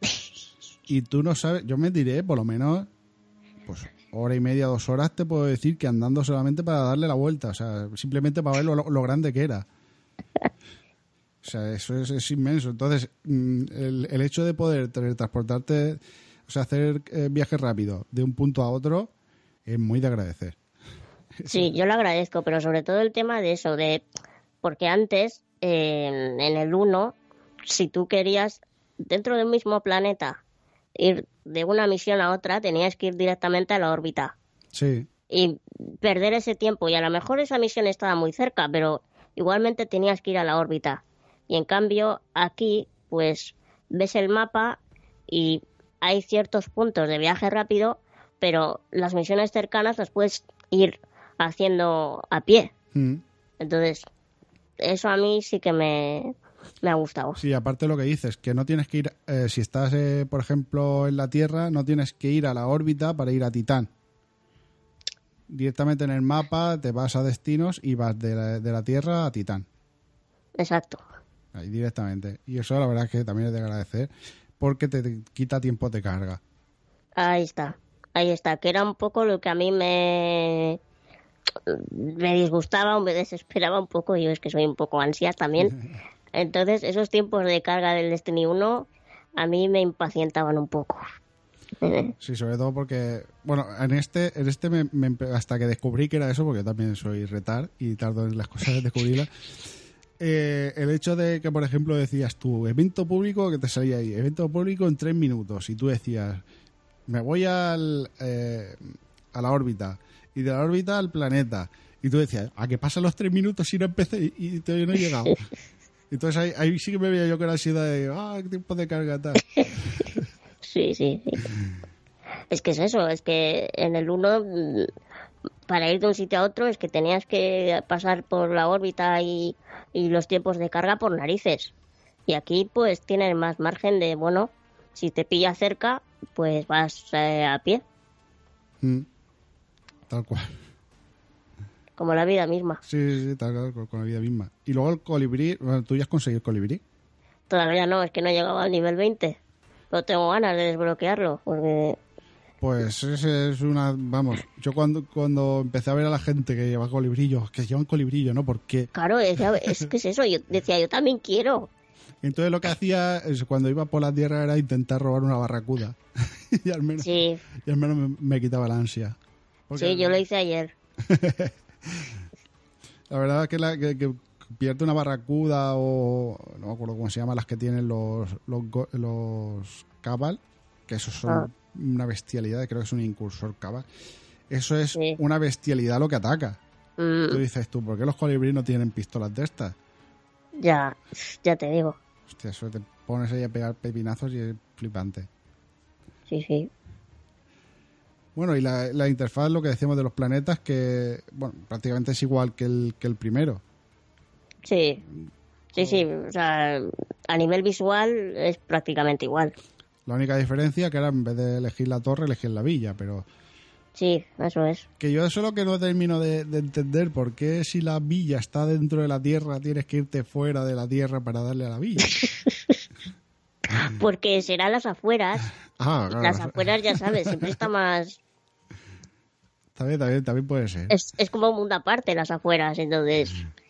y tú no sabes, yo me tiré por lo menos pues hora y media, 2 horas, te puedo decir que andando solamente para darle la vuelta, o sea, simplemente para ver lo grande que era. O sea, eso es inmenso. Entonces, el hecho de poder transportarte, o sea, hacer viajes rápidos de un punto a otro, es muy de agradecer. Sí, yo lo agradezco, pero sobre todo el tema de eso, porque antes, en el 1, si tú querías, dentro del mismo planeta, ir de una misión a otra, tenías que ir directamente a la órbita. Sí. Y perder ese tiempo. Y a lo mejor esa misión estaba muy cerca, pero igualmente tenías que ir a la órbita. Y en cambio, aquí, pues, ves el mapa y hay ciertos puntos de viaje rápido, pero las misiones cercanas las puedes ir haciendo a pie. Entonces, eso a mí sí que me ha gustado. Sí, aparte lo que dices, que no tienes que ir, si estás, por ejemplo, en la Tierra, no tienes que ir a la órbita para ir a Titán. Directamente en el mapa te vas a destinos y vas de la Tierra a Titán. Exacto. Ahí directamente. Y eso la verdad es que también es de agradecer porque te quita tiempo de carga. Ahí está, que era un poco lo que a mí me disgustaba o me desesperaba un poco. Yo es que soy un poco ansias también. Entonces, esos tiempos de carga del Destiny 1 a mí me impacientaban un poco. Sí, sobre todo porque, bueno, en este hasta que descubrí que era eso, porque yo también soy retard y tardo en las cosas en descubrirlas. El hecho de que, por ejemplo, decías tú, evento público, que te salía ahí, evento público en 3 minutos, y tú decías, me voy a la órbita, y de la órbita al planeta, y tú decías, ¿a qué pasan los 3 minutos si no empecé y todavía no he llegado? Entonces ahí sí que me veía yo con la ansiedad de, qué tiempo de carga tal. Sí. Es que es eso, es que en el 1, para ir de un sitio a otro, es que tenías que pasar por la órbita y los tiempos de carga por narices. Y aquí, pues, tienes más margen de, bueno, si te pilla cerca, pues vas a pie. Tal cual. Como la vida misma. Sí, tal cual, con la vida misma. Y luego el colibrí, bueno, ¿tú ya has conseguido el colibrí? Todavía no, es que no he llegado al nivel 20. Pero tengo ganas de desbloquearlo, porque... Pues ese es vamos, yo cuando empecé a ver a la gente que lleva colibrillos, que llevan colibrillo, ¿no? ¿Por qué? Claro, es que es eso, yo decía, yo también quiero. Entonces lo que hacía cuando iba por la tierra era intentar robar una barracuda. y al menos me quitaba la ansia. Porque, sí, yo lo hice ayer. La verdad es que pierde una barracuda o no me acuerdo cómo se llaman las que tienen los cabal, que esos son una bestialidad, creo que es un incursor cabal. Eso es una bestialidad lo que ataca. Tú dices tú, ¿por qué los colibríes no tienen pistolas de estas? Ya te digo. Hostia, eso te pones ahí a pegar pepinazos y es flipante. Sí. Bueno, y la interfaz, lo que decíamos de los planetas, que bueno, prácticamente es igual que el primero. Sí, o sea, a nivel visual es prácticamente igual. La única diferencia que era en vez de elegir la torre, elegir la villa, pero... Sí, eso es. Que yo eso es lo que no termino de entender, por qué si la villa está dentro de la Tierra tienes que irte fuera de la Tierra para darle a la villa. Porque será las afueras. Claro. Las afueras, ya sabes, siempre está más... También puede ser. Es como un mundo aparte las afueras, entonces...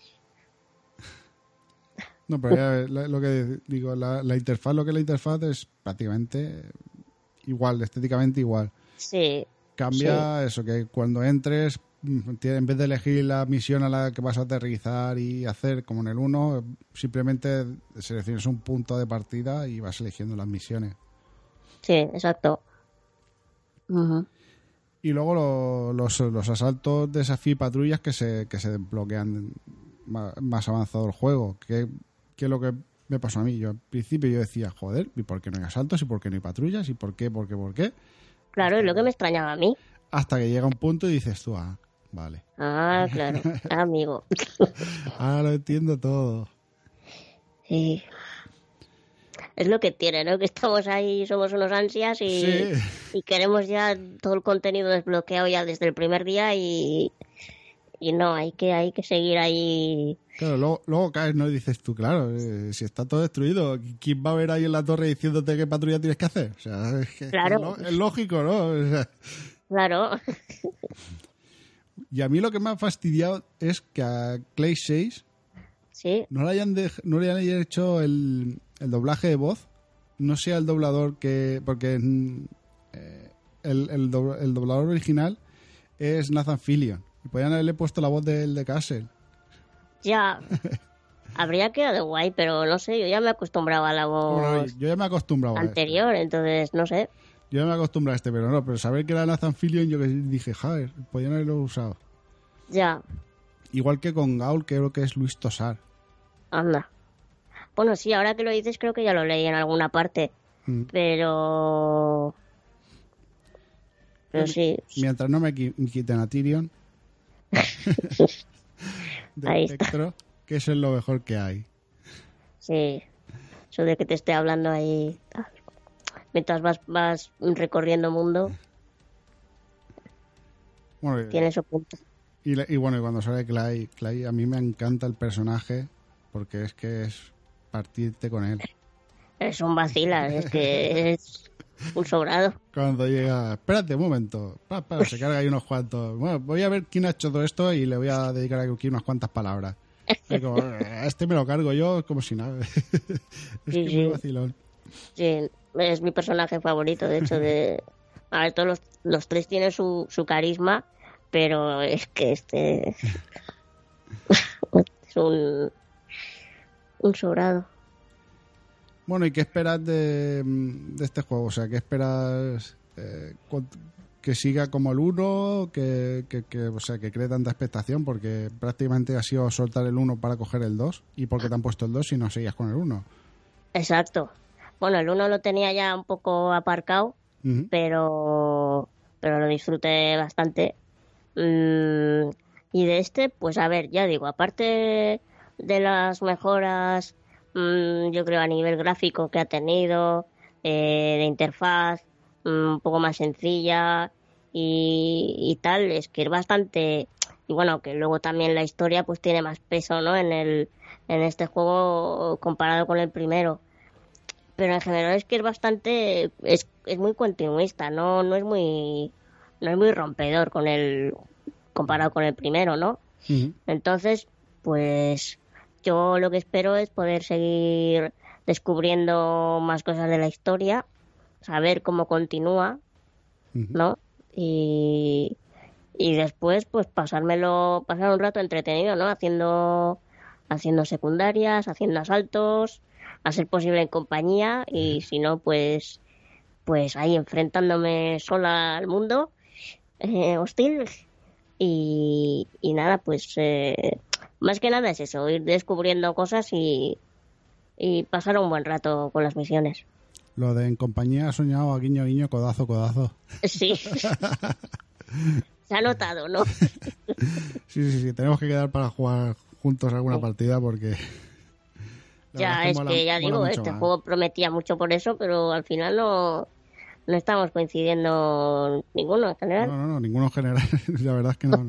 No, pero ya, lo que digo, la interfaz, lo que es la interfaz es prácticamente igual, estéticamente igual. Sí. Cambia eso, que cuando entres, en vez de elegir la misión a la que vas a aterrizar y hacer como en el 1, simplemente seleccionas un punto de partida y vas eligiendo las misiones. Sí, exacto. Uh-huh. Y luego los asaltos, desafío y patrullas que se desbloquean más avanzado el juego. Que es lo que me pasó a mí. Yo al principio yo decía, joder, ¿y por qué no hay asaltos? ¿Y por qué no hay patrullas? ¿Y por qué? Claro, es lo que me extrañaba a mí. Hasta que llega un punto y dices tú, vale. Claro, amigo. Ahora lo entiendo todo. Sí. Es lo que tiene, ¿no? Que estamos ahí, somos unos ansias y queremos ya todo el contenido desbloqueado ya desde el primer día y Y no, hay que seguir ahí. Claro, luego caes, ¿no? Y dices tú, claro, si está todo destruido, ¿quién va a ver ahí en la torre diciéndote qué patrulla tienes que hacer? O sea, Claro. es lógico, ¿no? O sea, Claro. y a mí lo que me ha fastidiado es que a Clay 6 Sí. no le hayan hecho el doblaje de voz, no sea el doblador que... Porque el doblador original es Nathan Fillion. Y podrían haberle puesto la voz de Castle. Ya. Habría quedado guay, pero no sé, yo ya me he acostumbrado a la voz Bueno, yo ya me he acostumbrado anterior, entonces no sé. Yo ya me he acostumbrado a pero saber que era Nathan Fillion, yo que dije, joder, podían haberlo usado. Ya. Igual que con Gaul, creo que es Luis Tosar. Anda. Bueno, sí, ahora que lo dices creo que ya lo leí en alguna parte. Pero sí. Mientras no me quiten a Tyrion Ahí del espectro, que eso es lo mejor que hay. Sí. Eso de que te esté hablando ahí mientras vas recorriendo mundo. Bueno, tiene su punto. Y bueno, y cuando sale Clay, a mí me encanta el personaje porque es que es partirte con él. Es un vacila, es que es un sobrado. Cuando llega, espérate un momento, se carga ahí unos cuantos. Bueno, voy a ver quién ha hecho todo esto y le voy a dedicar aquí unas cuantas palabras. Y como, este me lo cargo yo como si nada. Es que es muy vacilón. Sí, es mi personaje favorito, de hecho. A ver, todos los tres tienen su carisma, pero es que este es un sobrado. Bueno, ¿y qué esperas de este juego? O sea, ¿qué esperas que siga como el 1? Que cree tanta expectación, porque prácticamente ha sido soltar el 1 para coger el 2, y porque te han puesto el 2 si no seguías con el 1. Exacto. Bueno, el 1 lo tenía ya un poco aparcado, pero lo disfruté bastante. Y de este, pues a ver, ya digo, aparte de las mejoras, yo creo a nivel gráfico que ha tenido, de interfaz, un poco más sencilla y tal, es que es bastante... Y bueno, que luego también la historia pues tiene más peso, ¿no? En este juego comparado con el primero. Pero en general es que es bastante... Es muy continuista, no es muy rompedor comparado con el primero, ¿no? Entonces, pues yo lo que espero es poder seguir descubriendo más cosas de la historia, saber cómo continúa, ¿no? Y después, pues pasar un rato entretenido, ¿no? Haciendo secundarias, haciendo asaltos, a ser posible en compañía, y si no, pues ahí enfrentándome sola al mundo hostil. Y nada, pues más que nada es eso, ir descubriendo cosas y pasar un buen rato con las misiones. Lo de en compañía ha soñado a guiño, guiño, codazo, codazo. Sí. Se ha notado, ¿no? Sí. Tenemos que quedar para jugar juntos alguna partida porque... Ya, es que ya digo, este juego prometía mucho por eso, pero al final no estamos coincidiendo ninguno en general. No, ninguno en general. La verdad es que no.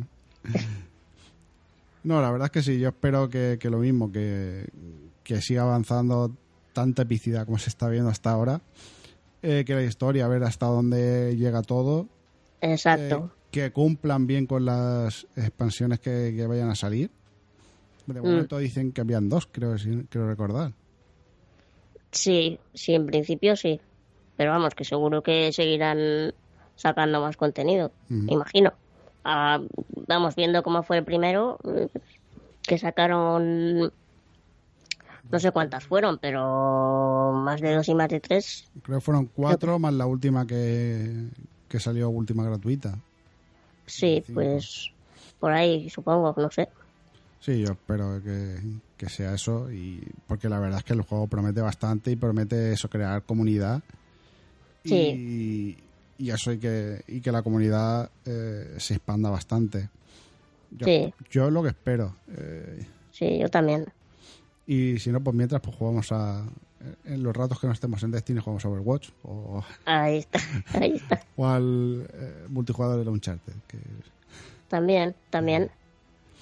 No, la verdad es que sí. Yo espero que lo mismo, que siga avanzando tanta epicidad como se está viendo hasta ahora. Que la historia, a ver hasta dónde llega todo. Exacto. Que cumplan bien con las expansiones que vayan a salir. De momento dicen que habían 2, creo recordar. Sí, en principio sí. Pero vamos, que seguro que seguirán sacando más contenido, imagino. Vamos, viendo cómo fue el primero, que sacaron, no sé cuántas fueron, pero más de 2 y más de 3. Creo que fueron 4 más la última que salió, última gratuita. Sí, 5. Pues por ahí supongo, no sé. Sí, yo espero que sea eso, y porque la verdad es que el juego promete bastante y promete eso, crear comunidad. Sí. Y eso, y que la comunidad se expanda bastante. Yo lo que espero. Sí, yo también. Y si no, pues mientras pues jugamos en los ratos que no estemos en Destiny, jugamos a Overwatch. Ahí está. O al multijugador de Uncharted. También.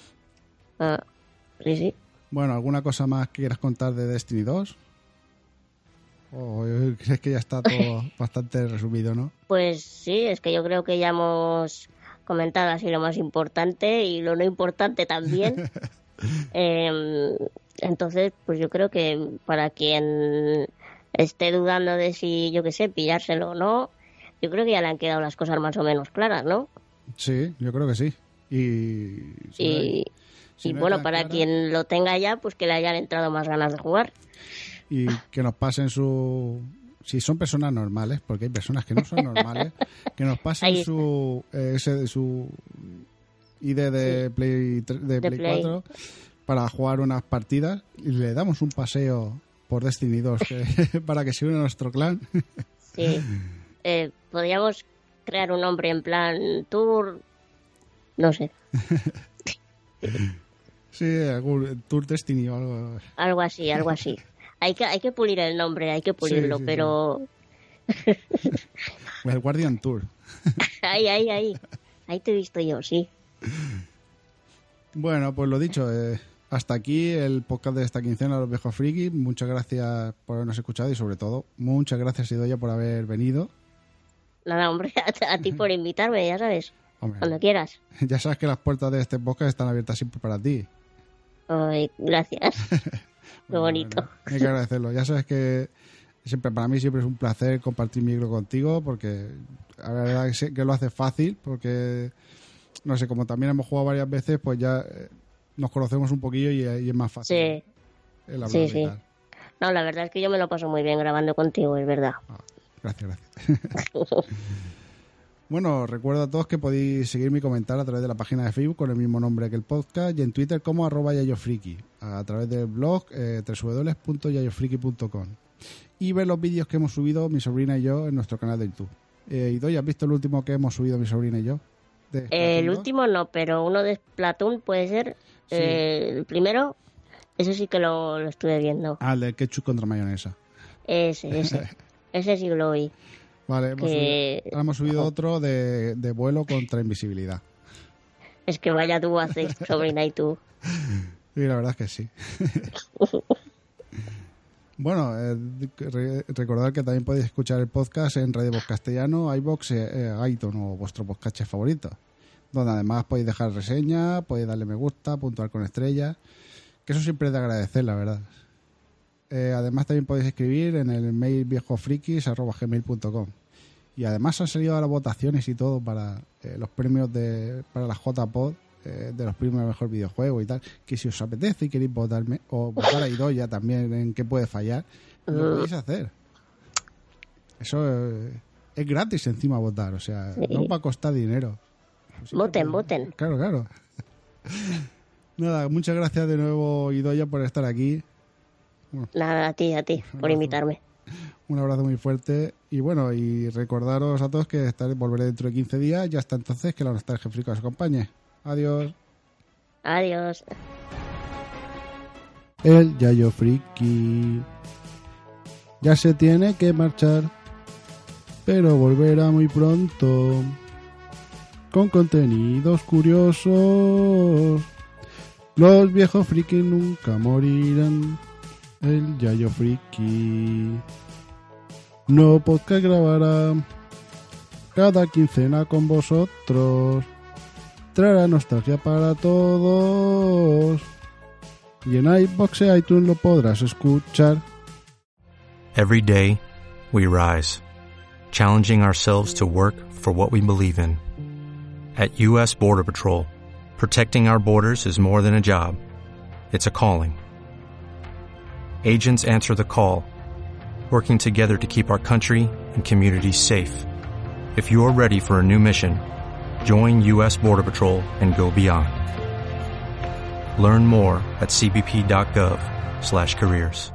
Sí. Bueno, ¿alguna cosa más que quieras contar de Destiny 2? ¿O crees que ya está todo bastante resumido, no? Pues sí, es que yo creo que ya hemos comentado así lo más importante y lo no importante también. Entonces, pues yo creo que para quien esté dudando de si, yo qué sé, pillárselo o no, yo creo que ya le han quedado las cosas más o menos claras, ¿no? Sí, yo creo que sí. Y bueno, para quien lo tenga ya, pues que le hayan entrado más ganas de jugar. Y que nos pasen su... Si son personas normales, porque hay personas que no son normales, que nos pasen su ID de Play 4 para jugar unas partidas y le damos un paseo por Destiny 2 para que se una a nuestro clan. Sí. Podríamos crear un nombre en plan Tour... No sé. Sí, algún Tour Destiny o algo. Algo así. Hay que pulir el nombre, hay que pulirlo, pero... Sí. El Guardian Tour. Ahí te he visto yo, sí. Bueno, pues lo dicho, hasta aquí el podcast de esta quincena de Los Viejos Frikis. Muchas gracias por habernos escuchado y sobre todo, muchas gracias, Idoia, por haber venido. Nada, hombre, a ti por invitarme, ya sabes. Hombre, cuando quieras. Ya sabes que las puertas de este podcast están abiertas siempre para ti. Ay, gracias. Qué bonito. Bueno, hay que agradecerlo. Ya sabes que para mí siempre es un placer compartir mi micro contigo, porque la verdad que lo hace fácil, porque no sé, como también hemos jugado varias veces, pues ya nos conocemos un poquillo y es más fácil. Sí. El hablar sí. No, la verdad es que yo me lo paso muy bien grabando contigo, es verdad. Gracias. Bueno, recuerdo a todos que podéis seguirme y comentar a través de la página de Facebook con el mismo nombre que el podcast y en Twitter como @yayofriki, a través del blog www.yayofriki.com y ver los vídeos que hemos subido mi sobrina y yo en nuestro canal de YouTube. Idoia, ¿has visto el último que hemos subido mi sobrina y yo? El último no, pero uno de Splatoon puede ser. Sí. El primero, ese sí que lo estuve viendo. El de ketchup contra mayonesa. Ese sí que lo vi. Vale, hemos subido otro de vuelo contra invisibilidad. Es que vaya tú haces, sobrina y tú. Sí, la verdad es que sí. Bueno, recordad que también podéis escuchar el podcast en Radio Voz Castellano, iVoox, iTunes o vuestro podcast favorito, donde además podéis dejar reseña, podéis darle me gusta, puntuar con estrellas, que eso siempre es de agradecer, la verdad. Además también podéis escribir en el mail viejofrikis@gmail.com y además han salido las votaciones y todo para los premios para la JPod de los premios de mejor videojuego y tal, que si os apetece y queréis votarme o votar a Idoia también en qué puede fallar, lo podéis hacer. Eso es gratis encima votar, o sea, sí. No va a costar dinero. Voten. Claro. Nada, muchas gracias de nuevo, Idoia, por estar aquí. Nada, a ti, por invitarme. Un abrazo muy fuerte y bueno, y recordaros a todos que volveré dentro de 15 días y hasta entonces que la nostalgia friki os acompañe. Adiós. El Yayo Friki ya se tiene que marchar, pero volverá muy pronto con contenidos curiosos. Los viejos friki nunca morirán. El Yayo Friki no podcast grabará cada quincena con vosotros. Traerá nostalgia para todos. Y en iVoox y iTunes lo podrás escuchar. Every day, we rise, challenging ourselves to work for what we believe in. At U.S. Border Patrol, protecting our borders is more than a job. It's a calling. Agents answer the call, working together to keep our country and communities safe. If you're ready for a new mission, join U.S. Border Patrol and go beyond. Learn more at cbp.gov/careers.